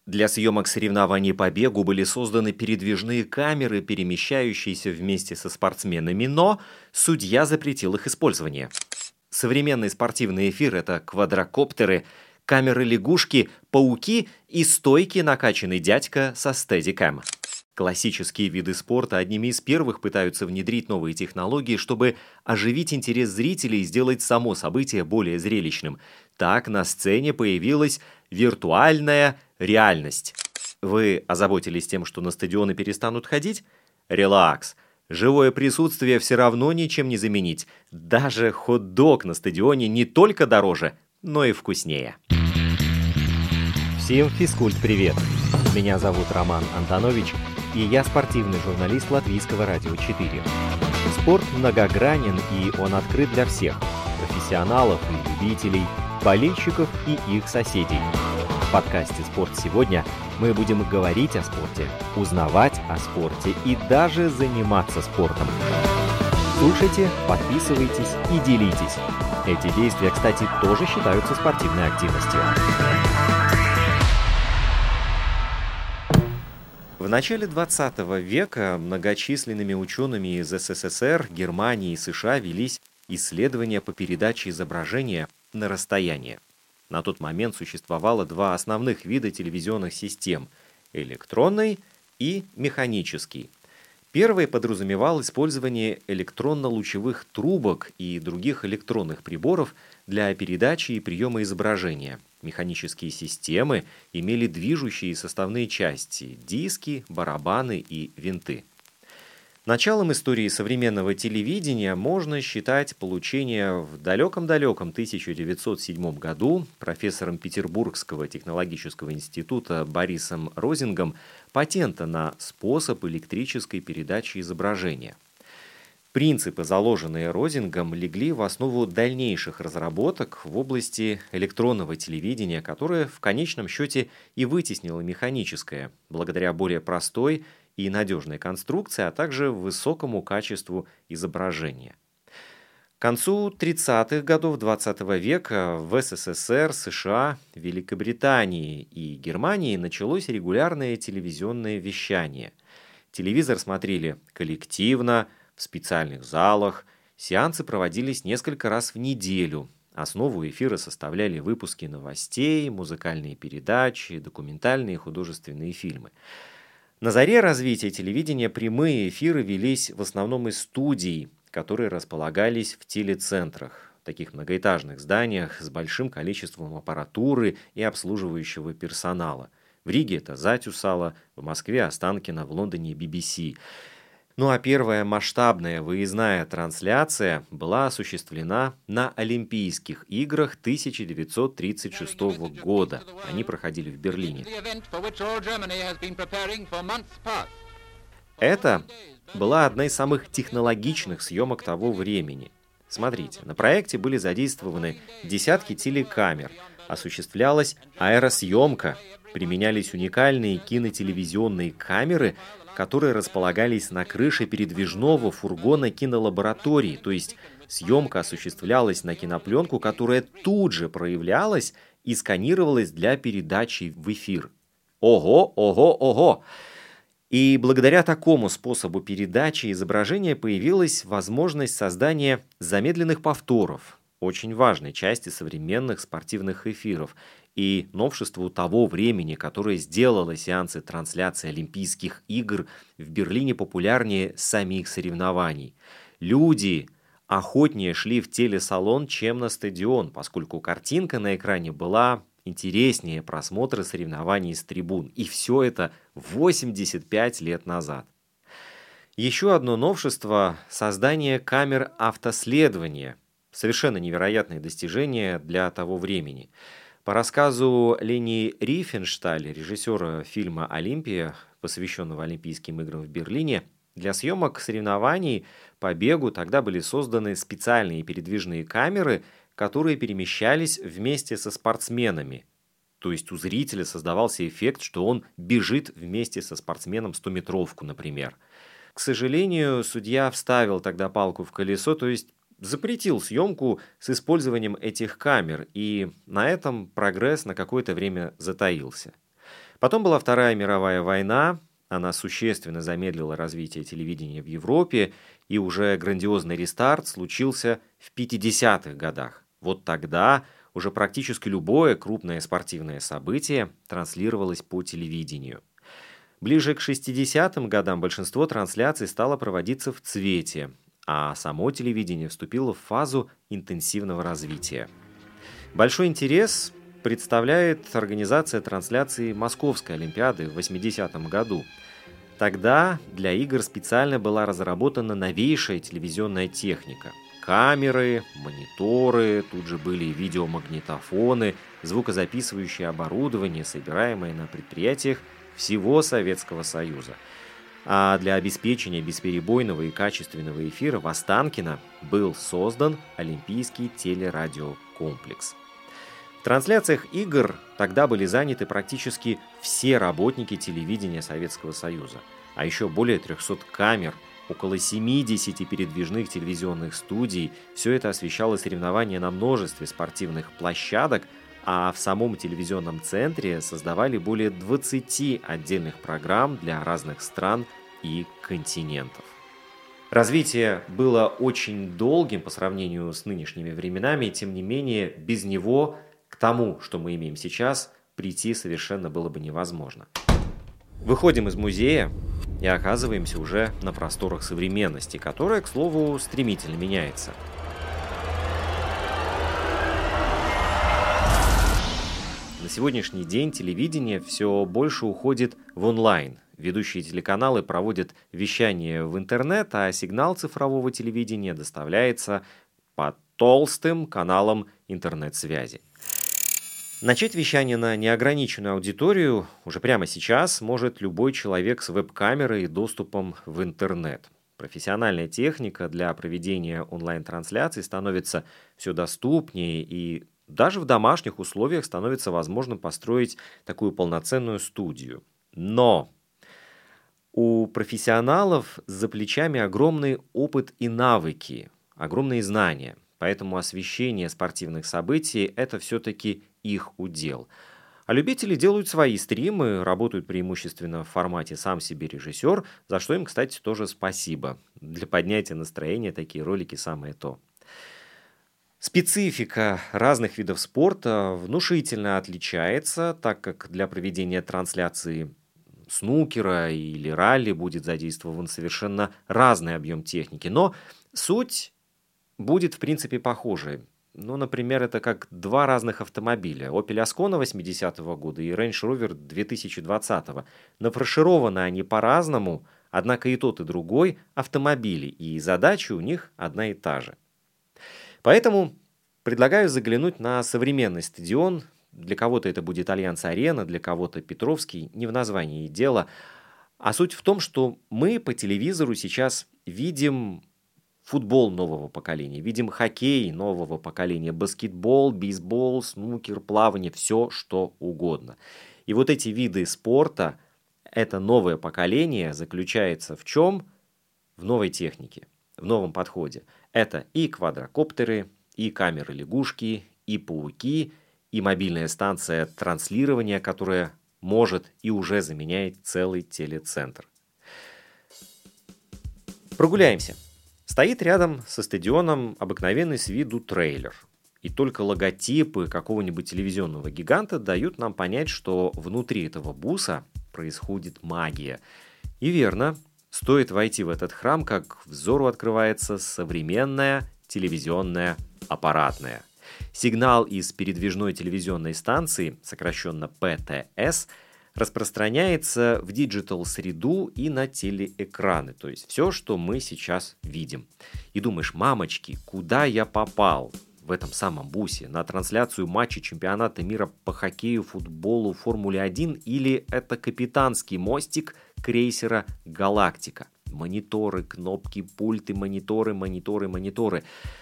Для съемок соревнований по бегу были созданы передвижные камеры, перемещающиеся вместе со спортсменами, но судья запретил их использование. Современный спортивный эфир – это квадрокоптеры, камеры-лягушки, пауки и стойкий накачанный дядька со стедикэм. Классические виды спорта одними из первых пытаются внедрить новые технологии, чтобы оживить интерес зрителей и сделать само событие более зрелищным. Так на сцене появилась виртуальная реальность. Вы озаботились тем, что на стадионы перестанут ходить? Релакс. Живое присутствие все равно ничем не заменить. Даже хот-дог на стадионе не только дороже, но и вкуснее. Всем физкульт-привет! Меня зовут Роман Антонович, и я спортивный журналист Латвийского радио 4. Спорт многогранен, и он открыт для всех – профессионалов и любителей, болельщиков и их соседей. В подкасте «Спорт сегодня» мы будем говорить о спорте, узнавать о спорте и даже заниматься спортом. Слушайте, подписывайтесь и делитесь. Эти действия, кстати, тоже считаются спортивной активностью. В начале 20 века многочисленными учеными из СССР, Германии и США велись исследования по передаче изображения на расстояние. На тот момент существовало два основных вида телевизионных систем – электронный и механический. Первый подразумевал использование электронно-лучевых трубок и других электронных приборов для передачи и приема изображения. Механические системы имели движущие составные части – диски, барабаны и винты. Началом истории современного телевидения можно считать получение в далеком-далеком 1907 году профессором Петербургского технологического института Борисом Розингом патента на способ электрической передачи изображения. Принципы, заложенные Розингом, легли в основу дальнейших разработок в области электронного телевидения, которое в конечном счете и вытеснило механическое, благодаря более простой и надежной конструкции, а также высокому качеству изображения. К концу 30-х годов XX века в СССР, США, Великобритании и Германии началось регулярное телевизионное вещание. Телевизор смотрели коллективно, в специальных залах, сеансы проводились несколько раз в неделю. Основу эфира составляли выпуски новостей, музыкальные передачи, документальные и художественные фильмы. На заре развития телевидения прямые эфиры велись в основном из студий, которые располагались в телецентрах, таких многоэтажных зданиях с большим количеством аппаратуры и обслуживающего персонала. В Риге это Затюсало, в Москве Останкино, в Лондоне BBC. Ну а первая масштабная выездная трансляция была осуществлена на Олимпийских играх 1936 года. Они проходили в Берлине. Это была одна из самых технологичных съемок того времени. Смотрите, на проекте были задействованы десятки телекамер, осуществлялась аэросъемка, применялись уникальные кинотелевизионные камеры, которые располагались на крыше передвижного фургона кинолаборатории, то есть съемка осуществлялась на кинопленку, которая тут же проявлялась и сканировалась для передачи в эфир. Ого, ого, ого! И благодаря такому способу передачи изображения появилась возможность создания замедленных повторов, очень важной части современных спортивных эфиров, и новшеству того времени, которое сделало сеансы трансляции Олимпийских игр в Берлине популярнее самих соревнований. Люди охотнее шли в телесалон, чем на стадион, поскольку картинка на экране была интереснее просмотра соревнований с трибун. И все это 85 лет назад. Еще одно новшество – создание камер автоследования. Совершенно невероятное достижение для того времени. По рассказу Лени Рифеншталь, режиссера фильма «Олимпия», посвященного Олимпийским играм в Берлине, для съемок соревнований по бегу тогда были созданы специальные передвижные камеры, которые перемещались вместе со спортсменами. То есть у зрителя создавался эффект, что он бежит вместе со спортсменом 100-метровку, например. К сожалению, судья вставил тогда палку в колесо, то есть запретил съемку с использованием этих камер, и на этом прогресс на какое-то время затаился. Потом была Вторая мировая война, она существенно замедлила развитие телевидения в Европе, и уже грандиозный рестарт случился в 50-х годах. Вот тогда уже практически любое крупное спортивное событие транслировалось по телевидению. Ближе к 60-м годам большинство трансляций стало проводиться в цвете, а само телевидение вступило в фазу интенсивного развития. Большой интерес представляет организация трансляции Московской Олимпиады в 80-м году. Тогда для игр специально была разработана новейшая телевизионная техника. Камеры, мониторы, тут же были видеомагнитофоны, звукозаписывающее оборудование, собираемое на предприятиях всего Советского Союза. А для обеспечения бесперебойного и качественного эфира в Останкино был создан Олимпийский телерадиокомплекс. В трансляциях игр тогда были заняты практически все работники телевидения Советского Союза, а еще более 300 камер, около 70 передвижных телевизионных студий. Все это освещало соревнования на множестве спортивных площадок, а в самом телевизионном центре создавали более 20 отдельных программ для разных стран и континентов. Развитие было очень долгим по сравнению с нынешними временами, и тем не менее без него к тому, что мы имеем сейчас, прийти совершенно было бы невозможно. Выходим из музея и оказываемся уже на просторах современности, которая, к слову, стремительно меняется. На сегодняшний день телевидение все больше уходит в онлайн. Ведущие телеканалы проводят вещание в интернет, а сигнал цифрового телевидения доставляется по толстым каналам интернет-связи. Начать вещание на неограниченную аудиторию уже прямо сейчас может любой человек с веб-камерой и доступом в интернет. Профессиональная техника для проведения онлайн-трансляций становится все доступнее, и даже в домашних условиях становится возможным построить такую полноценную студию. Но у профессионалов за плечами огромный опыт и навыки, огромные знания. Поэтому освещение спортивных событий – это все-таки их удел. А любители делают свои стримы, работают преимущественно в формате «сам себе режиссер», за что им, кстати, тоже спасибо. Для поднятия настроения такие ролики самое то. Специфика разных видов спорта внушительно отличается, так как для проведения трансляции снукера или ралли будет задействован совершенно разный объем техники. Но суть будет, в принципе, похожей. Ну, например, это как два разных автомобиля. Opel Ascona 80-го года и Range Rover 2020-го. Нафаршированы они по-разному, однако и тот, и другой автомобили, и задача у них одна и та же. Поэтому предлагаю заглянуть на современный стадион. Для кого-то это будет Альянс-Арена, для кого-то Петровский, не в названии дело. А суть в том, что мы по телевизору сейчас видим футбол нового поколения, видим хоккей нового поколения, баскетбол, бейсбол, снукер, плавание, все что угодно. И вот эти виды спорта, это новое поколение заключается в чем? В новой технике, в новом подходе. Это и квадрокоптеры, и камеры-лягушки, и пауки, и мобильная станция транслирования, которая может и уже заменяет целый телецентр. Прогуляемся. Стоит рядом со стадионом обыкновенный с виду трейлер. И только логотипы какого-нибудь телевизионного гиганта дают нам понять, что внутри этого буса происходит магия. И верно, стоит войти в этот храм, как взору открывается современная телевизионная аппаратная. Сигнал из передвижной телевизионной станции, сокращенно ПТС, распространяется в диджитал-среду и на телеэкраны, то есть все, что мы сейчас видим. И думаешь, мамочки, куда я попал в этом самом бусе? На трансляцию матча чемпионата мира по хоккею, футболу, Формуле-1 или это капитанский мостик крейсера «Галактика»? Мониторы, кнопки, пульты, мониторы.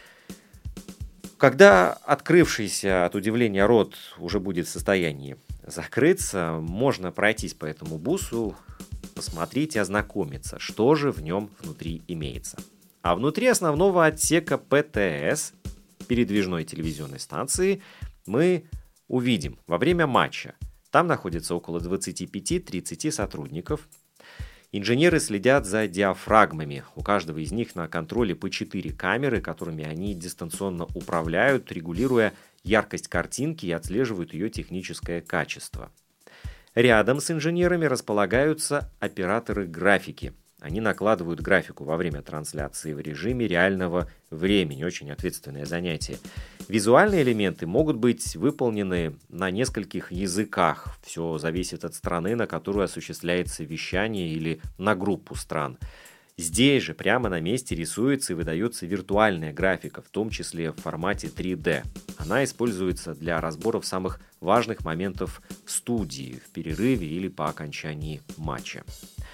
Когда открывшийся от удивления рот уже будет в состоянии закрыться, можно пройтись по этому бусу, посмотреть и ознакомиться, что же в нем внутри имеется. А внутри основного отсека ПТС, передвижной телевизионной станции, мы увидим во время матча Там находится около 25-30 сотрудников. Инженеры следят за диафрагмами. У каждого из них на контроле по 4 камеры, которыми они дистанционно управляют, регулируя яркость картинки и отслеживают ее техническое качество. Рядом с инженерами располагаются операторы графики. Они накладывают графику во время трансляции в режиме реального времени. Очень ответственное занятие. Визуальные элементы могут быть выполнены на нескольких языках. Все зависит от страны, на которую осуществляется вещание, или на группу стран. Здесь же прямо на месте рисуется и выдается виртуальная графика, в том числе в формате 3D. Она используется для разборов самых важных моментов в студии, в перерыве или по окончании матча.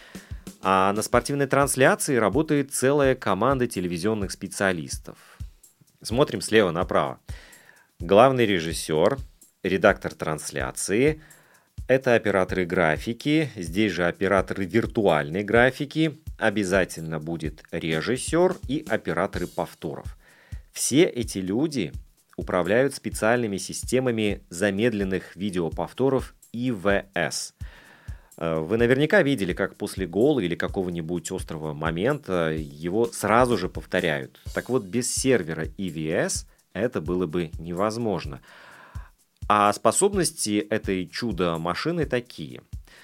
А на спортивной трансляции работает целая команда телевизионных специалистов. Смотрим слева направо. Главный режиссер, редактор трансляции, это операторы графики, здесь же операторы виртуальной графики, обязательно будет режиссер и операторы повторов. Все эти люди управляют специальными системами замедленных видеоповторов ИВС. Вы наверняка видели, как после гола или какого-нибудь острого момента его сразу же повторяют. Так вот, без сервера EVS это было бы невозможно. А способности этой чудо-машины такие.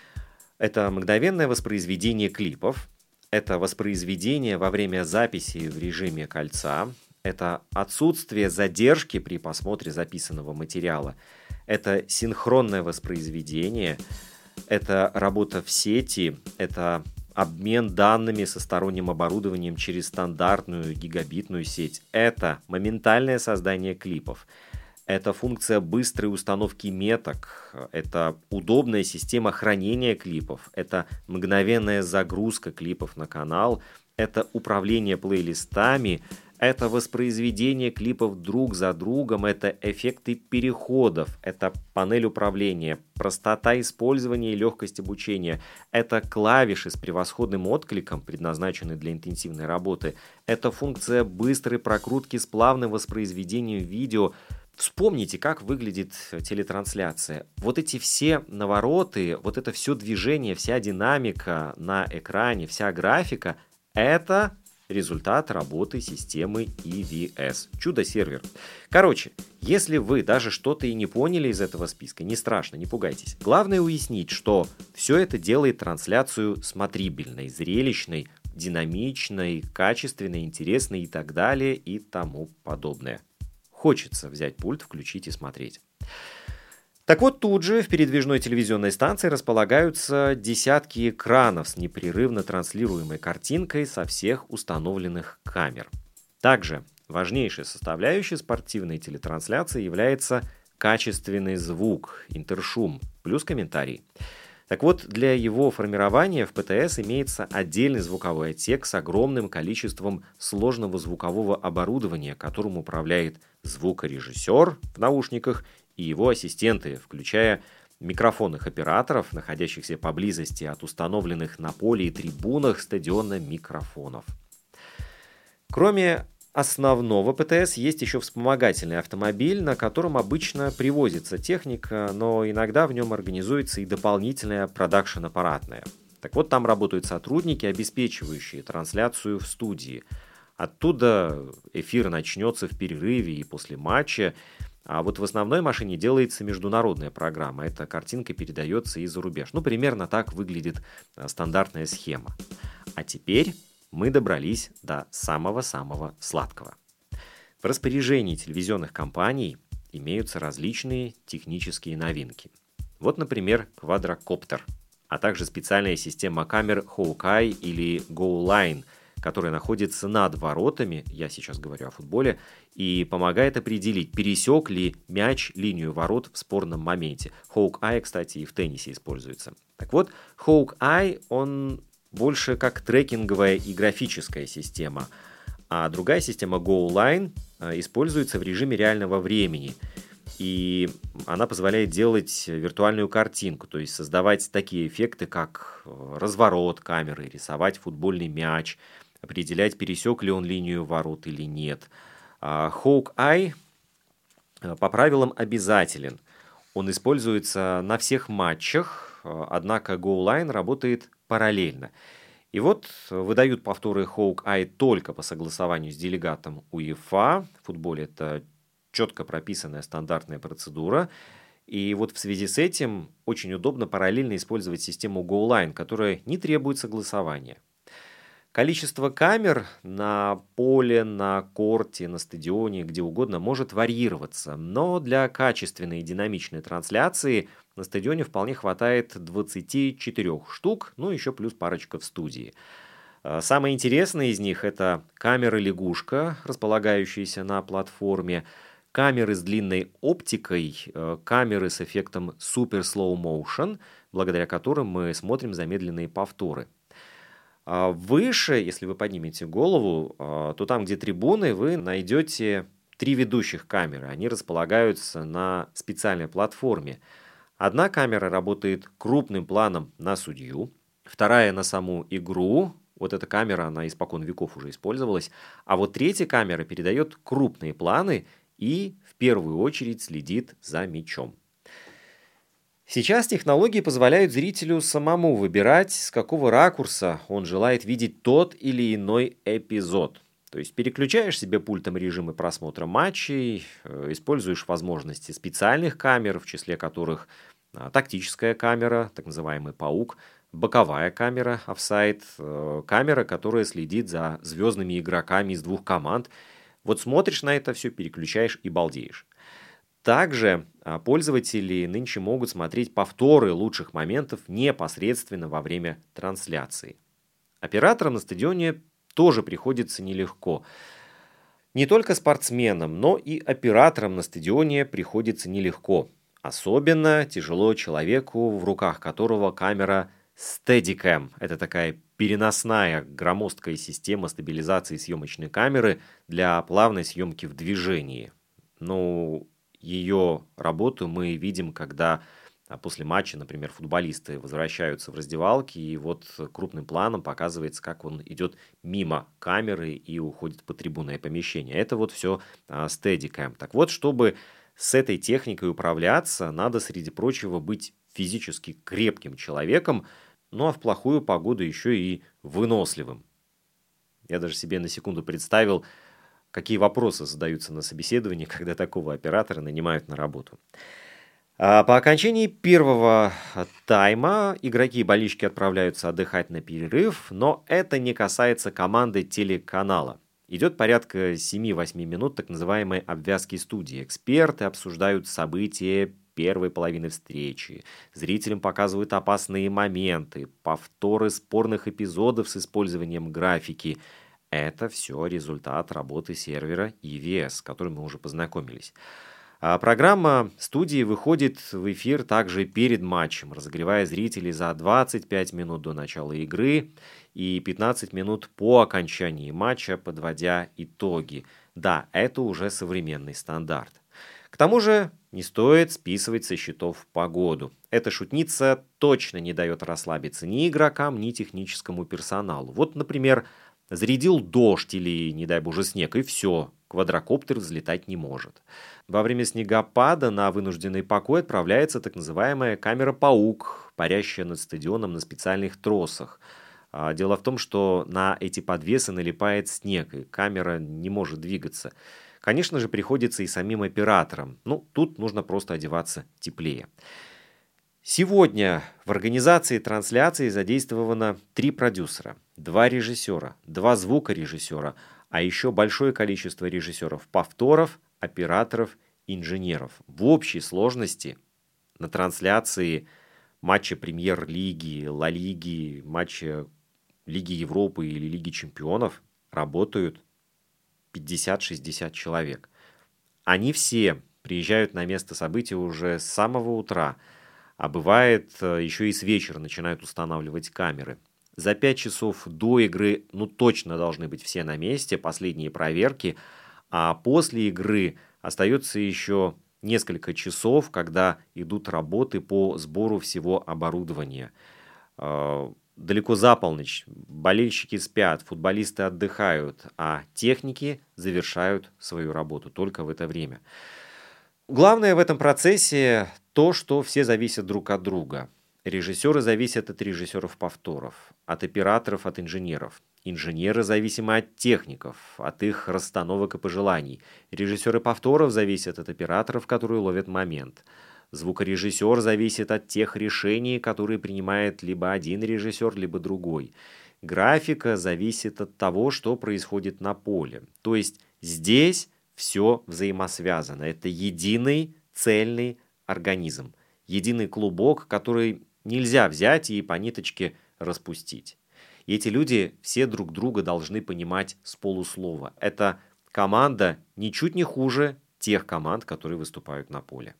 Это мгновенное воспроизведение клипов, это воспроизведение во время записи в режиме кольца, это отсутствие задержки при просмотре записанного материала, это синхронное воспроизведение, это работа в сети, это обмен данными со сторонним оборудованием через стандартную гигабитную сеть, это моментальное создание клипов, это функция быстрой установки меток, это удобная система хранения клипов, это мгновенная загрузка клипов на канал, это управление плейлистами, это воспроизведение клипов друг за другом, это эффекты переходов, это панель управления, простота использования и легкость обучения, это клавиши с превосходным откликом, предназначенные для интенсивной работы, это функция быстрой прокрутки с плавным воспроизведением видео. Вспомните, как выглядит телетрансляция. Вот эти все навороты, вот это все движение, вся динамика на экране, вся графика – это результат работы системы EVS. Чудо-сервер. Короче, если вы даже что-то и не поняли из этого списка, не страшно, не пугайтесь. Главное уяснить, что все это делает трансляцию смотрибельной, зрелищной, динамичной, качественной, интересной и так далее и тому подобное. Хочется взять пульт, включить и смотреть. Так вот, тут же в передвижной телевизионной станции располагаются десятки экранов с непрерывно транслируемой картинкой со всех установленных камер. Также важнейшей составляющей спортивной телетрансляции является качественный звук, интершум, плюс комментарий. Так вот, для его формирования в ПТС имеется отдельный звуковой отсек с огромным количеством сложного звукового оборудования, которым управляет звукорежиссер в наушниках и его ассистенты, включая микрофонных операторов, находящихся поблизости от установленных на поле и трибунах стадиона микрофонов. Кроме основного ПТС есть еще вспомогательный автомобиль, на котором обычно привозится техника, но иногда в нем организуется и дополнительная продакшн-аппаратная. Так вот, там работают сотрудники, обеспечивающие трансляцию в студии. Оттуда эфир начнется в перерыве и после матча, а вот в основной машине делается международная программа. Эта картинка передается и за рубеж. Примерно так выглядит стандартная схема. А теперь мы добрались до самого-самого сладкого. В распоряжении телевизионных компаний имеются различные технические новинки. Вот, например, квадрокоптер, а также специальная система камер Hawkeye или GoLine, которая находится над воротами, я сейчас говорю о футболе, и помогает определить, пересек ли мяч линию ворот в спорном моменте. Hawkeye, кстати, и в теннисе используется. Так вот, Hawkeye, он больше как трекинговая и графическая система, а другая система GoLine используется в режиме реального времени. И она позволяет делать виртуальную картинку, то есть создавать такие эффекты, как разворот камеры, рисовать футбольный мяч, определять, пересек ли он линию ворот или нет. Hawkeye по правилам обязателен. Он используется на всех матчах, однако GoLine работает параллельно. И вот выдают повторы Hawk-Eye только по согласованию с делегатом УЕФА. В футболе это четко прописанная стандартная процедура. И вот в связи с этим очень удобно параллельно использовать систему GoLine, которая не требует согласования. Количество камер на поле, на корте, на стадионе, где угодно может варьироваться, но для качественной и динамичной трансляции на стадионе вполне хватает 24 штук, ну еще плюс парочка в студии. Самое интересное из них — это камеры-лягушка, располагающиеся на платформе, камеры с длинной оптикой, камеры с эффектом Super Slow Motion, благодаря которым мы смотрим замедленные повторы. Выше, если вы поднимете голову, то там, где трибуны, вы найдете 3 ведущих камеры. Они располагаются на специальной платформе. Одна камера работает крупным планом на судью, вторая на саму игру. Вот эта камера, она испокон веков уже использовалась. А вот третья камера передает крупные планы и в первую очередь следит за мячом. Сейчас технологии позволяют зрителю самому выбирать, с какого ракурса он желает видеть тот или иной эпизод. То есть переключаешь себе пультом режимы просмотра матчей, используешь возможности специальных камер, в числе которых тактическая камера, так называемый паук, боковая камера, офсайд, камера, которая следит за звездными игроками из двух команд. Вот смотришь на это все, переключаешь и балдеешь. Также пользователи нынче могут смотреть повторы лучших моментов непосредственно во время трансляции. Операторам на стадионе тоже приходится нелегко. Не только спортсменам, но и операторам на стадионе приходится нелегко. Особенно тяжело человеку, в руках которого камера Steadicam. Это такая переносная громоздкая система стабилизации съемочной камеры для плавной съемки в движении. Ее работу мы видим, когда после матча, например, футболисты возвращаются в раздевалки, и вот крупным планом показывается, как он идет мимо камеры и уходит по трибунное помещение. Это вот все Steadicam. Так вот, чтобы с этой техникой управляться, надо, среди прочего, быть физически крепким человеком, ну а в плохую погоду еще и выносливым. Я даже себе на секунду представил, какие вопросы задаются на собеседовании, когда такого оператора нанимают на работу. По окончании первого тайма игроки и болельщики отправляются отдыхать на перерыв, но это не касается команды телеканала. Идет порядка 7-8 минут так называемой обвязки студии. Эксперты обсуждают события первой половины встречи. Зрителям показывают опасные моменты, повторы спорных эпизодов с использованием графики. Это все результат работы сервера EVS, с которым мы уже познакомились. Программа студии выходит в эфир также перед матчем, разогревая зрителей за 25 минут до начала игры и 15 минут по окончании матча, подводя итоги. Да, это уже современный стандарт. К тому же не стоит списывать со счетов погоду. Эта шутница точно не дает расслабиться ни игрокам, ни техническому персоналу. Вот, например, зарядил дождь или, не дай боже, снег, и все, квадрокоптер взлетать не может. Во время снегопада на вынужденный покой отправляется так называемая камера-паук, парящая над стадионом на специальных тросах. Дело в том, что на эти подвесы налипает снег, и камера не может двигаться. Конечно же, приходится и самим операторам. Тут нужно просто одеваться теплее. Сегодня в организации трансляции задействовано 3 продюсера, 2 режиссера, 2 звукорежиссера, а еще большое количество режиссеров повторов, операторов, инженеров. В общей сложности на трансляции матча Премьер-лиги, Ла-лиги, матча Лиги Европы или Лиги Чемпионов работают 50-60 человек. Они все приезжают на место события уже с самого утра, а бывает еще и с вечера начинают устанавливать камеры. За 5 часов до игры точно должны быть все на месте, последние проверки, а после игры остается еще несколько часов, когда идут работы по сбору всего оборудования. Далеко за полночь болельщики спят, футболисты отдыхают, а техники завершают свою работу только в это время. Главное в этом процессе то, что все зависят друг от друга. Режиссеры зависят от режиссеров повторов, от операторов, от инженеров. Инженеры зависимы от техников, от их расстановок и пожеланий. Режиссеры повторов зависят от операторов, которые ловят момент. Звукорежиссер зависит от тех решений, которые принимает либо один режиссер, либо другой. Графика зависит от того, что происходит на поле. То есть здесь все взаимосвязано. Это единый цельный организм, единый клубок, который нельзя взять и по ниточке распустить. И эти люди все друг друга должны понимать с полуслова. Это команда ничуть не хуже тех команд, которые выступают на поле.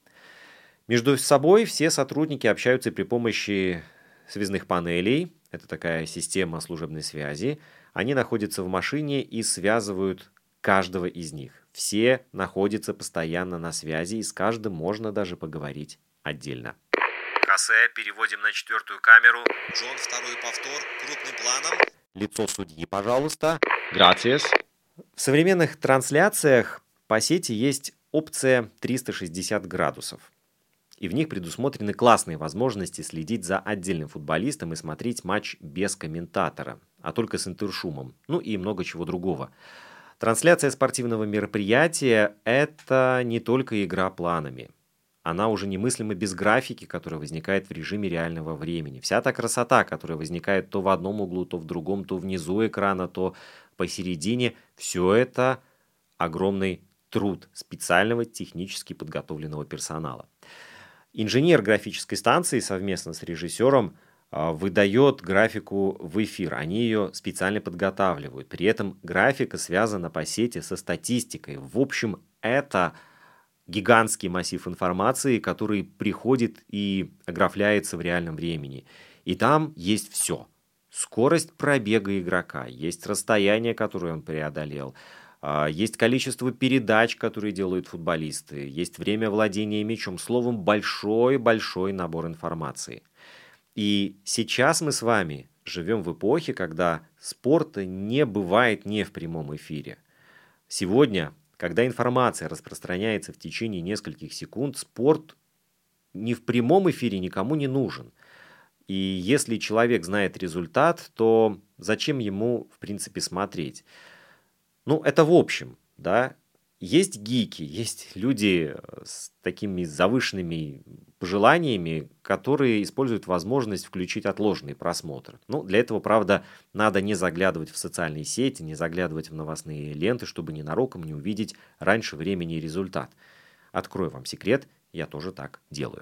Между собой все сотрудники общаются при помощи связных панелей. Это такая система служебной связи. Они находятся в машине и связывают каждого из них. Все находятся постоянно на связи, и с каждым можно даже поговорить отдельно. Хосе, переводим на 4-ю камеру. Джон, второй повтор, крупным планом. Лицо судьи, пожалуйста. Gracias. В современных трансляциях по сети есть опция 360 градусов. И в них предусмотрены классные возможности следить за отдельным футболистом и смотреть матч без комментатора, а только с интершумом, ну и много чего другого. Трансляция спортивного мероприятия – это не только игра планами. Она уже немыслима без графики, которая возникает в режиме реального времени. Вся та красота, которая возникает то в одном углу, то в другом, то внизу экрана, то посередине – все это огромный труд специального технически подготовленного персонала. Инженер графической станции совместно с режиссером выдает графику в эфир. Они ее специально подготавливают. При этом графика связана по сети со статистикой. В общем, это гигантский массив информации, который приходит и ографляется в реальном времени. И там есть все. Скорость пробега игрока, есть расстояние, которое он преодолел, есть количество передач, которые делают футболисты, есть время владения мячом. Словом, большой-большой набор информации. И сейчас мы с вами живем в эпохе, когда спорта не бывает не в прямом эфире. Сегодня, когда информация распространяется в течение нескольких секунд, спорт не в прямом эфире никому не нужен. И если человек знает результат, то зачем ему, в принципе, смотреть? Ну, это в общем, да. Есть гики, есть люди с такими завышенными пожеланиями, которые используют возможность включить отложенный просмотр. Ну, для этого, правда, надо не заглядывать в социальные сети, не заглядывать в новостные ленты, чтобы ненароком не увидеть раньше времени результат. Открою вам секрет, я тоже так делаю.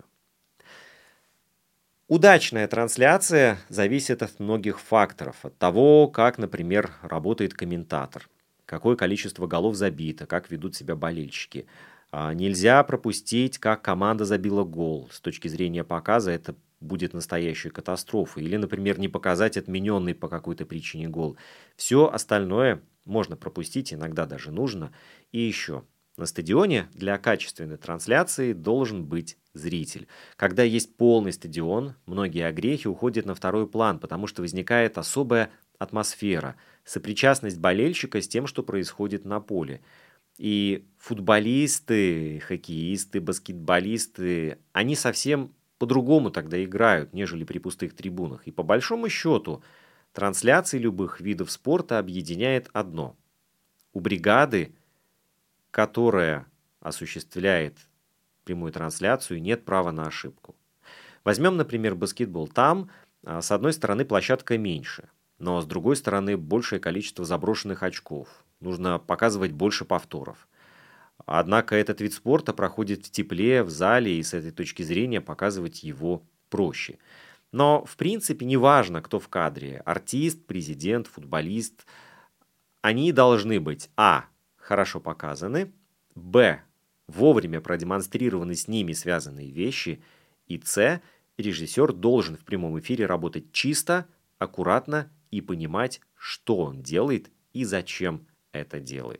Удачная трансляция зависит от многих факторов. От того, как, например, работает комментатор, какое количество голов забито, как ведут себя болельщики. Нельзя пропустить, как команда забила гол. С точки зрения показа это будет настоящей катастрофой. Или, например, не показать отмененный по какой-то причине гол. Все остальное можно пропустить, иногда даже нужно. И еще. На стадионе для качественной трансляции должен быть зритель. Когда есть полный стадион, многие огрехи уходят на второй план, потому что возникает особая атмосфера, сопричастность болельщика с тем, что происходит на поле. И футболисты, хоккеисты, баскетболисты, они совсем по-другому тогда играют, нежели при пустых трибунах. И по большому счету трансляции любых видов спорта объединяет одно. У бригады, которая осуществляет прямую трансляцию, нет права на ошибку. Возьмем, например, баскетбол. Там, с одной стороны, площадка меньше, но с другой стороны, большее количество заброшенных очков. Нужно показывать больше повторов. Однако этот вид спорта проходит в тепле, в зале, и с этой точки зрения показывать его проще. Но, в принципе, не важно, кто в кадре. Артист, президент, футболист. Они должны быть хорошо показаны, вовремя продемонстрированы с ними связанные вещи, и режиссер должен в прямом эфире работать чисто, аккуратно и понимать, что он делает и зачем это делает.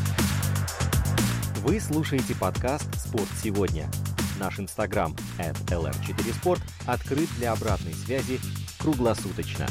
Вы слушаете подкаст «Спорт сегодня». Наш инстаграм @lr4sport открыт для обратной связи круглосуточно.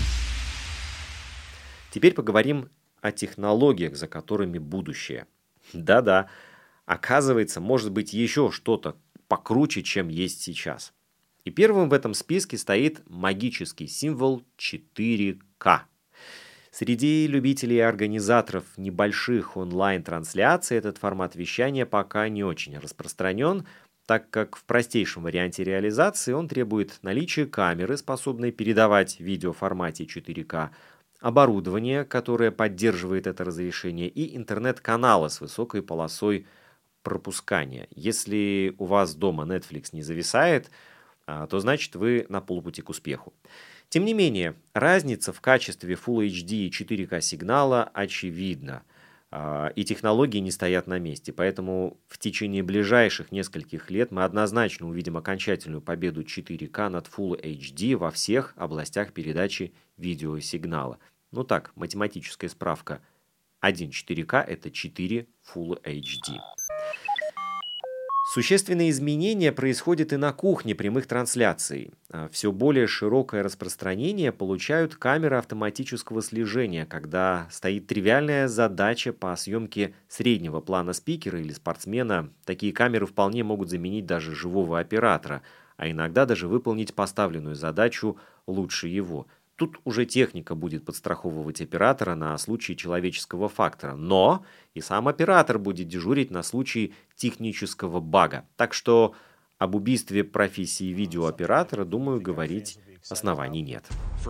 Теперь поговорим о технологиях, за которыми будущее. Да-да, оказывается, может быть еще что-то покруче, чем есть сейчас. И первым в этом списке стоит магический символ 4К. Среди любителей и организаторов небольших онлайн-трансляций этот формат вещания пока не очень распространен, так как в простейшем варианте реализации он требует наличия камеры, способной передавать видео в формате 4К, оборудования, которое поддерживает это разрешение, и интернет-канала с высокой полосой пропускания. Если у вас дома Netflix не зависает, то значит вы на полпути к успеху. Тем не менее, разница в качестве Full HD и 4К сигнала очевидна, и технологии не стоят на месте, поэтому в течение ближайших нескольких лет мы однозначно увидим окончательную победу 4К над Full HD во всех областях передачи видеосигнала. Ну так, математическая справка. 1 4К – это 4 Full HD. Существенные изменения происходят и на кухне прямых трансляций. Все более широкое распространение получают камеры автоматического слежения, когда стоит тривиальная задача по съемке среднего плана спикера или спортсмена. Такие камеры вполне могут заменить даже живого оператора, а иногда даже выполнить поставленную задачу лучше его. Тут уже техника будет подстраховывать оператора на случай человеческого фактора, но и сам оператор будет дежурить на случай технического бага. Так что об убийстве профессии видеооператора, думаю, говорить оснований нет.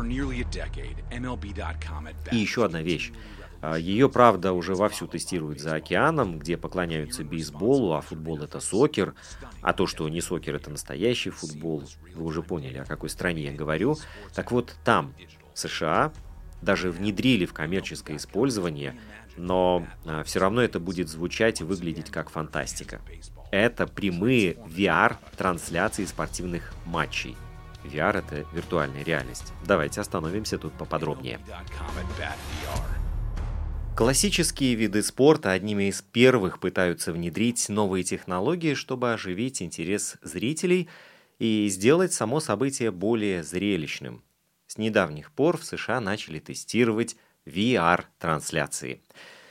И еще одна вещь. Ее, правда, уже вовсю тестируют за океаном, где поклоняются бейсболу, а футбол — это сокер. А то, что не сокер — это настоящий футбол, вы уже поняли, о какой стране я говорю. Так вот, там, в США, даже внедрили в коммерческое использование, но все равно это будет звучать и выглядеть как фантастика. Это прямые VR-трансляции спортивных матчей. VR — это виртуальная реальность. Давайте остановимся тут поподробнее. Классические виды спорта одними из первых пытаются внедрить новые технологии, чтобы оживить интерес зрителей и сделать само событие более зрелищным. С недавних пор в США начали тестировать VR-трансляции.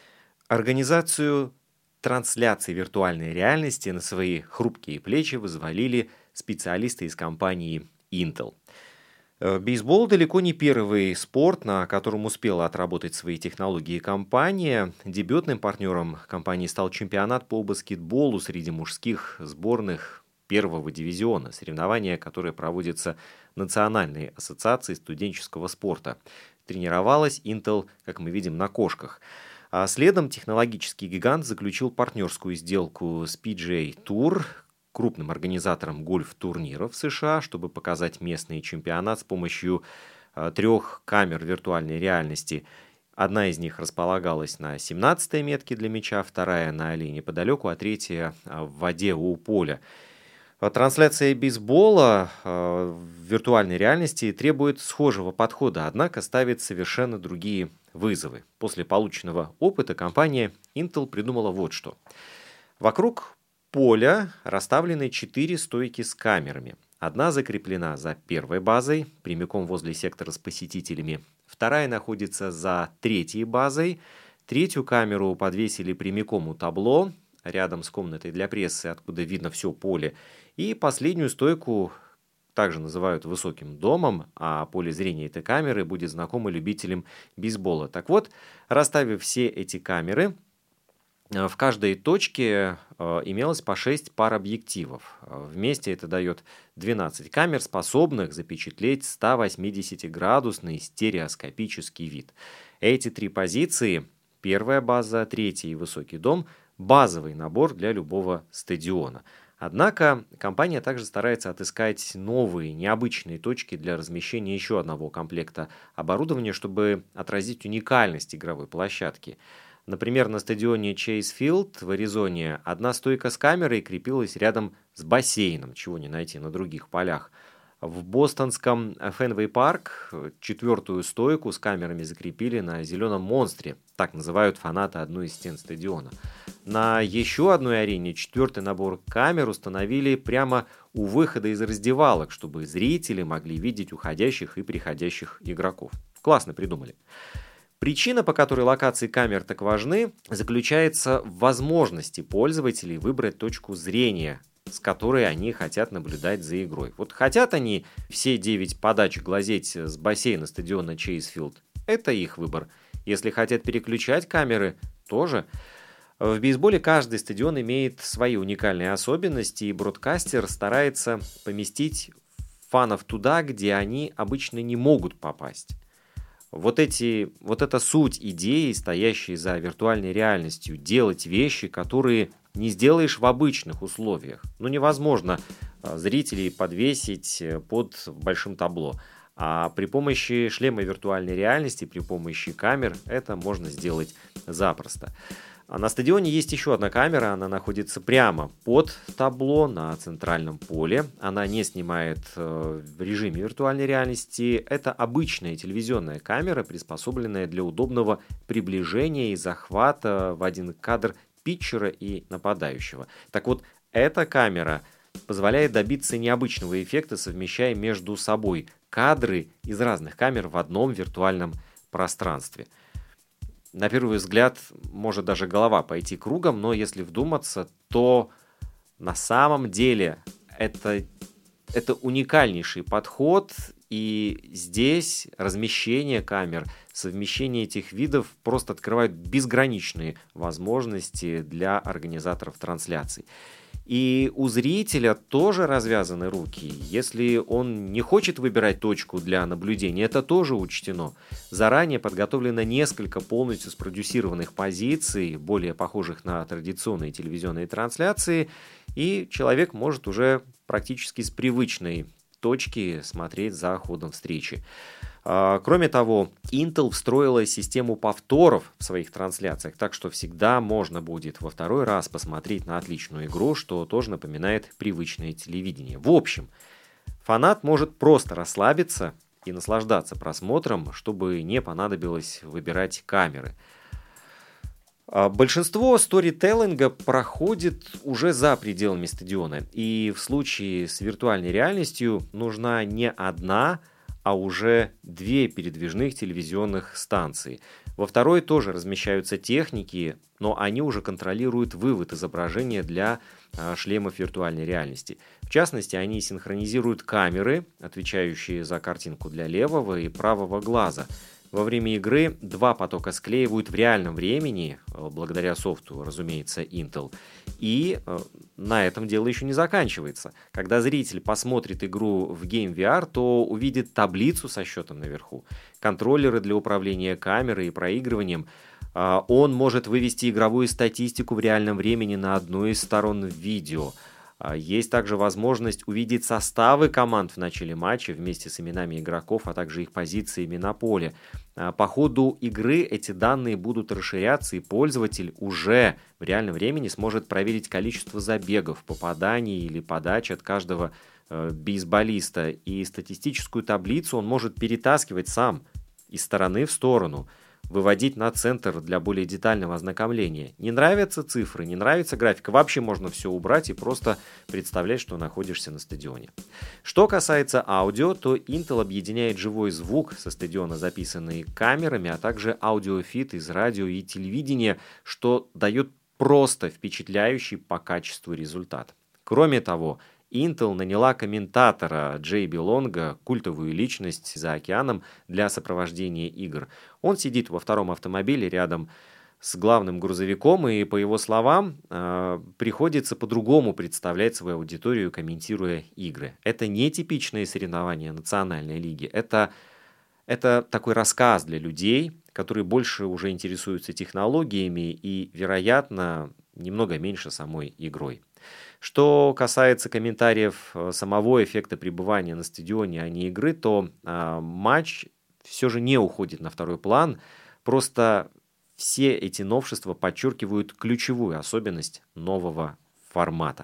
Организацию трансляций виртуальной реальности на свои хрупкие плечи взвалили специалисты из компании Intel. Бейсбол далеко не первый спорт, на котором успела отработать свои технологии компания. Дебютным партнером компании стал чемпионат по баскетболу среди мужских сборных первого дивизиона, соревнования, которые проводятся Национальной ассоциацией студенческого спорта. Тренировалась Intel, как мы видим, на кошках. А следом технологический гигант заключил партнерскую сделку с PGA Tour, крупным организатором гольф-турниров в США, чтобы показать местный чемпионат с помощью 3 камер виртуальной реальности. Одна из них располагалась на 17-й метке для мяча, вторая на аллее неподалеку, а третья в воде у поля. Трансляция бейсбола в виртуальной реальности требует схожего подхода, однако ставит совершенно другие вызовы. После полученного опыта компания Intel придумала вот что. Вокруг поля расставлены 4 стойки с камерами. Одна закреплена за первой базой, прямиком возле сектора с посетителями. Вторая находится за третьей базой. Третью камеру подвесили прямиком у табло, рядом с комнатой для прессы, откуда видно все поле. И последнюю стойку также называют высоким домом, а поле зрения этой камеры будет знакомо любителям бейсбола. Так вот, расставив все эти камеры, в каждой точке имелось по 6 пар объективов. Вместе это дает 12 камер, способных запечатлеть 180-градусный стереоскопический вид. Эти 3 позиции, первая база, третий и высокий дом, базовый набор для любого стадиона. Однако компания также старается отыскать новые, необычные точки для размещения еще одного комплекта оборудования, чтобы отразить уникальность игровой площадки. Например, на стадионе Chase Field в Аризоне одна стойка с камерой крепилась рядом с бассейном, чего не найти на других полях. В бостонском Фенвей Парк 4-ю стойку с камерами закрепили на зеленом монстре, так называют фанаты одной из стен стадиона. На еще одной арене 4-й набор камер установили прямо у выхода из раздевалок, чтобы зрители могли видеть уходящих и приходящих игроков. Классно придумали. Причина, по которой локации камер так важны, заключается в возможности пользователей выбрать точку зрения, с которой они хотят наблюдать за игрой. Вот хотят они все 9 подач глазеть с бассейна стадиона Чейз-Филд, это их выбор. Если хотят переключать камеры, тоже. В бейсболе каждый стадион имеет свои уникальные особенности, и бродкастер старается поместить фанов туда, где они обычно не могут попасть. Вот эта суть идеи, стоящей за виртуальной реальностью, делать вещи, которые не сделаешь в обычных условиях. Невозможно зрителей подвесить под большим табло. А при помощи шлема виртуальной реальности, при помощи камер это можно сделать запросто. На стадионе есть еще одна камера, она находится прямо под табло на центральном поле. Она не снимает в режиме виртуальной реальности. Это обычная телевизионная камера, приспособленная для удобного приближения и захвата в один кадр питчера и нападающего. Так вот, эта камера позволяет добиться необычного эффекта, совмещая между собой кадры из разных камер в одном виртуальном пространстве. На первый взгляд может даже голова пойти кругом, но если вдуматься, то на самом деле это уникальнейший подход, и здесь размещение камер, совмещение этих видов просто открывает безграничные возможности для организаторов трансляций. И у зрителя тоже развязаны руки. Если он не хочет выбирать точку для наблюдения, это тоже учтено. Заранее подготовлено несколько полностью спродюсированных позиций, более похожих на традиционные телевизионные трансляции, и человек может уже практически с привычной точки смотреть за ходом встречи. Кроме того, Intel встроила систему повторов в своих трансляциях, так что всегда можно будет во второй раз посмотреть на отличную игру, что тоже напоминает привычное телевидение. В общем, фанат может просто расслабиться и наслаждаться просмотром, чтобы не понадобилось выбирать камеры. Большинство сторителлинга проходит уже за пределами стадиона, и в случае с виртуальной реальностью нужна не одна, а уже 2 передвижных телевизионных станции. Во второй тоже размещаются техники, но они уже контролируют вывод изображения для шлемов виртуальной реальности. В частности, они синхронизируют камеры, отвечающие за картинку для левого и правого глаза. Во время игры 2 потока склеивают в реальном времени, благодаря софту, разумеется, Intel. И на этом дело еще не заканчивается. Когда зритель посмотрит игру в Game VR, то увидит таблицу со счетом наверху, контроллеры для управления камерой и проигрыванием. Он может вывести игровую статистику в реальном времени на одной из сторон видео. Есть также возможность увидеть составы команд в начале матча вместе с именами игроков, а также их позициями на поле. По ходу игры эти данные будут расширяться, и пользователь уже в реальном времени сможет проверить количество забегов, попаданий или подач от каждого бейсболиста. И статистическую таблицу он может перетаскивать сам из стороны в сторону, выводить на центр для более детального ознакомления. Не нравятся цифры, не нравится графика, вообще можно все убрать и просто представлять, что находишься на стадионе. Что касается аудио, то Intel объединяет живой звук со стадиона, записанный камерами, а также аудиофит из радио и телевидения, что дает просто впечатляющий по качеству результат. Кроме того, Intel наняла комментатора Джейби Лонга, культовую личность за океаном, для сопровождения игр. Он сидит во втором автомобиле рядом с главным грузовиком, и, по его словам, приходится по-другому представлять свою аудиторию, комментируя игры. Это не типичные соревнования национальной лиги, это такой рассказ для людей, которые больше уже интересуются технологиями и, вероятно, немного меньше самой игрой. Что касается комментариев самого эффекта пребывания на стадионе, а не игры, то матч все же не уходит на второй план. Просто все эти новшества подчеркивают ключевую особенность нового формата.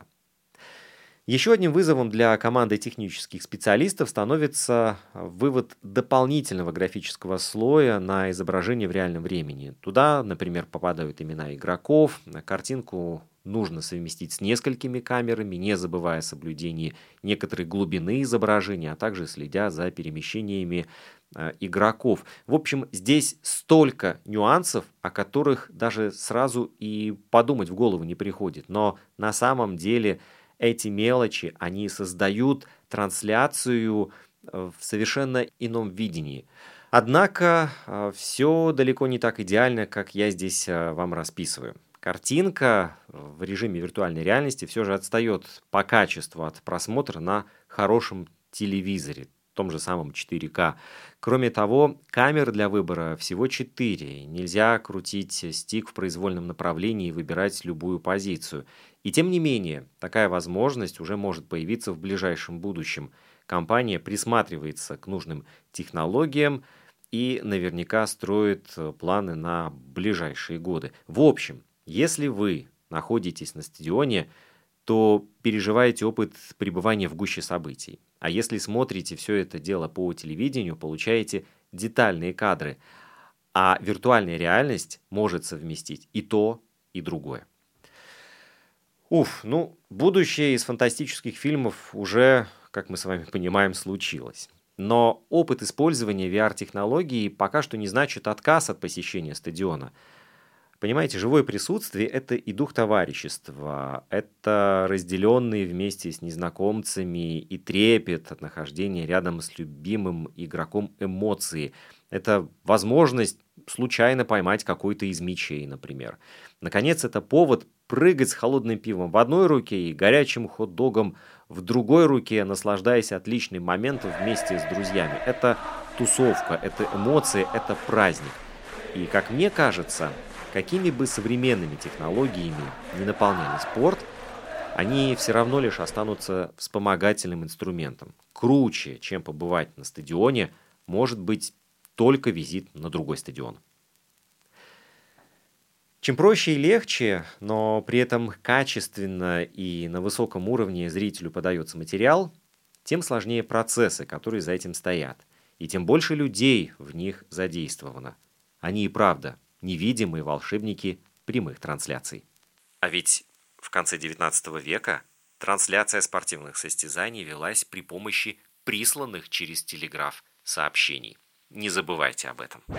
Еще одним вызовом для команды технических специалистов становится вывод дополнительного графического слоя на изображение в реальном времени. Туда, например, попадают имена игроков, картинку нужно совместить с несколькими камерами, не забывая о соблюдении некоторой глубины изображения, а также следя за перемещениями игроков. В общем, здесь столько нюансов, о которых даже сразу и подумать в голову не приходит. Но на самом деле эти мелочи, они создают трансляцию в совершенно ином видении. Однако все далеко не так идеально, как я здесь вам расписываю. Картинка в режиме виртуальной реальности все же отстает по качеству от просмотра на хорошем телевизоре, том же самом 4К. Кроме того, камер для выбора всего 4. Нельзя крутить стик в произвольном направлении и выбирать любую позицию. И тем не менее, такая возможность уже может появиться в ближайшем будущем. Компания присматривается к нужным технологиям и наверняка строит планы на ближайшие годы. В общем, если вы находитесь на стадионе, то переживаете опыт пребывания в гуще событий. А если смотрите все это дело по телевидению, получаете детальные кадры. А виртуальная реальность может совместить и то, и другое. Будущее из фантастических фильмов уже, как мы с вами понимаем, случилось. Но опыт использования VR-технологий пока что не значит отказ от посещения стадиона. Понимаете, живое присутствие – это и дух товарищества, это разделенные вместе с незнакомцами и трепет от нахождения рядом с любимым игроком эмоции. Это возможность случайно поймать какой-то из мячей, например. Наконец, это повод прыгать с холодным пивом в одной руке и горячим хот-догом в другой руке, наслаждаясь отличным моментом вместе с друзьями. Это тусовка, это эмоции, это праздник. И, как мне кажется, какими бы современными технологиями ни наполняли спорт, они все равно лишь останутся вспомогательным инструментом. Круче, чем побывать на стадионе, может быть только визит на другой стадион. Чем проще и легче, но при этом качественно и на высоком уровне зрителю подается материал, тем сложнее процессы, которые за этим стоят, и тем больше людей в них задействовано. Они и правда невидимые волшебники прямых трансляций. А ведь в конце XIX века трансляция спортивных состязаний велась при помощи присланных через телеграф сообщений. Не забывайте об этом.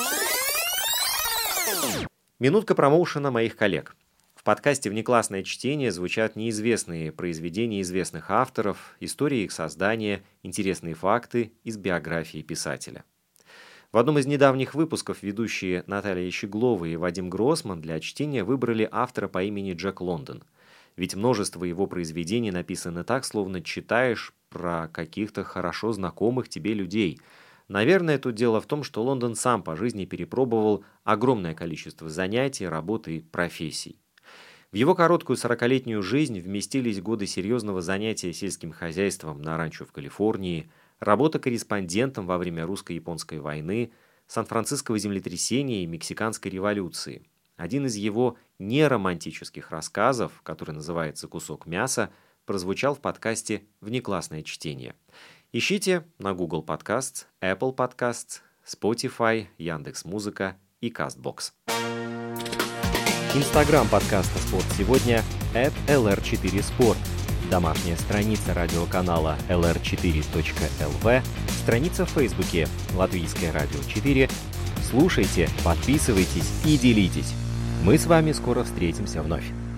Минутка промоушена моих коллег. В подкасте «Внеклассное чтение» звучат неизвестные произведения известных авторов, истории их создания, интересные факты из биографии писателя. В одном из недавних выпусков ведущие Наталья Щеглова и Вадим Гроссман для чтения выбрали автора по имени Джек Лондон. Ведь множество его произведений написаны так, словно читаешь про каких-то хорошо знакомых тебе людей. Наверное, тут дело в том, что Лондон сам по жизни перепробовал огромное количество занятий, работы и профессий. В его короткую 40-летнюю жизнь вместились годы серьезного занятия сельским хозяйством на ранчо в Калифорнии, работа корреспондентом во время русско-японской войны, Сан-Франциского землетрясения и Мексиканской революции. Один из его неромантических рассказов, который называется «Кусок мяса», прозвучал в подкасте «Внеклассное чтение». Ищите на Google Podcasts, Apple Podcasts, Spotify, Яндекс.Музыка и CastBox. Инстаграм подкаста «Спорт сегодня» @LR4Sport. Домашняя страница радиоканала lr4.lv, страница в Фейсбуке «Латвийское радио 4». Слушайте, подписывайтесь и делитесь. Мы с вами скоро встретимся вновь.